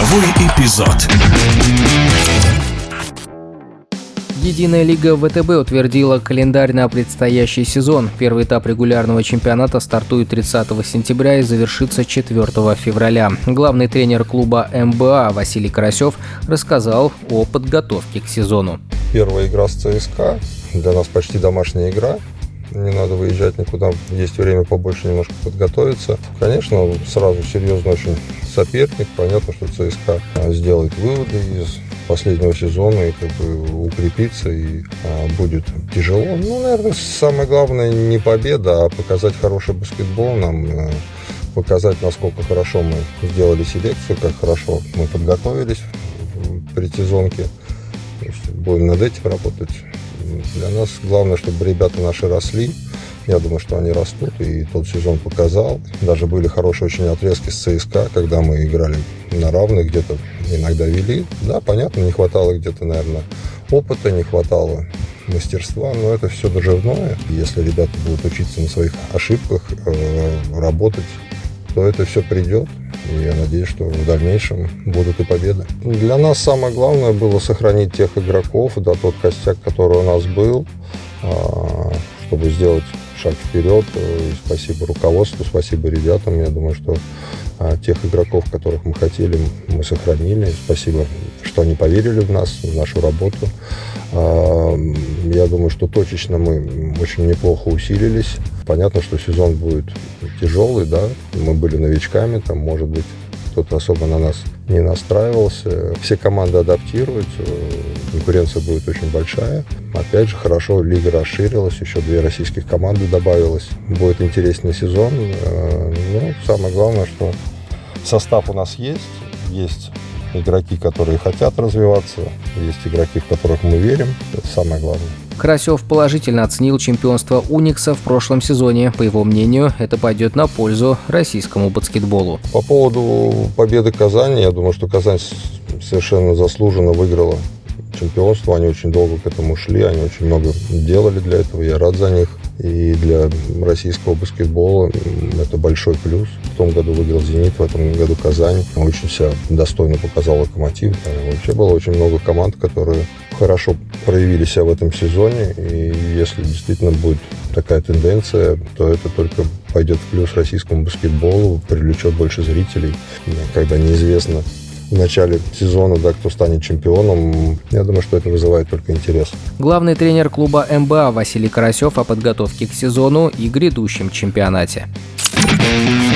Игровой эпизод. Единая лига ВТБ утвердила календарь на предстоящий сезон. Первый этап регулярного чемпионата стартует 30 сентября и завершится 4 февраля. Главный тренер клуба МБА Василий Карасев рассказал о подготовке к сезону. Первая игра с ЦСКА. Для нас почти домашняя игра. Не надо выезжать никуда, есть время побольше немножко подготовиться. Конечно, сразу серьезно очень соперник. Понятно, что ЦСКА сделает выводы из последнего сезона и укрепится, и будет тяжело. Наверное, самое главное не победа, а показать хороший баскетбол нам, показать, насколько хорошо мы сделали селекцию, как хорошо мы подготовились в предсезонке. То есть будем над этим работать. Для нас главное, чтобы ребята наши росли. Я думаю, что они растут, и тот сезон показал. Даже были хорошие очень отрезки с ЦСКА, когда мы играли на равных, где-то иногда вели. Да, понятно, не хватало где-то, наверное, опыта, не хватало мастерства, но это все доживное. Если ребята будут учиться на своих ошибках, работать, то это все придет. И я надеюсь, что в дальнейшем будут и победы. Для нас самое главное было сохранить тех игроков, да, тот костяк, который у нас был, чтобы сделать шаг вперед. И спасибо руководству, спасибо ребятам. Я думаю, что тех игроков, которых мы хотели, мы сохранили. Спасибо, что они поверили в нас, в нашу работу. Я думаю, что точечно мы очень неплохо усилились. Понятно, что сезон будет тяжелый, да. Мы были новичками, там, может быть, кто-то особо на нас не настраивался. Все команды адаптируются, конкуренция будет очень большая. Опять же, хорошо, лига расширилась, еще 2 российских команды добавилось. Будет интересный сезон. Но самое главное, что состав у нас есть игроки, которые хотят развиваться, есть игроки, в которых мы верим. Это самое главное. Карасев положительно оценил чемпионство Уникса в прошлом сезоне. По его мнению, это пойдет на пользу российскому баскетболу. По поводу победы Казани, я думаю, что Казань совершенно заслуженно выиграла чемпионство. Они очень долго к этому шли, они очень много делали для этого. Я рад за них. И для российского баскетбола это большой плюс. В том году выиграл «Зенит», в этом году Казань. Очень себя достойно показал «Локомотив». Вообще было очень много команд, которые хорошо проявили себя в этом сезоне. И если действительно будет такая тенденция, то это только пойдет в плюс российскому баскетболу, привлечет больше зрителей. Когда неизвестно в начале сезона, да, кто станет чемпионом, я думаю, что это вызывает только интерес. Главный тренер клуба МБА Василий Карасев о подготовке к сезону и грядущем чемпионате.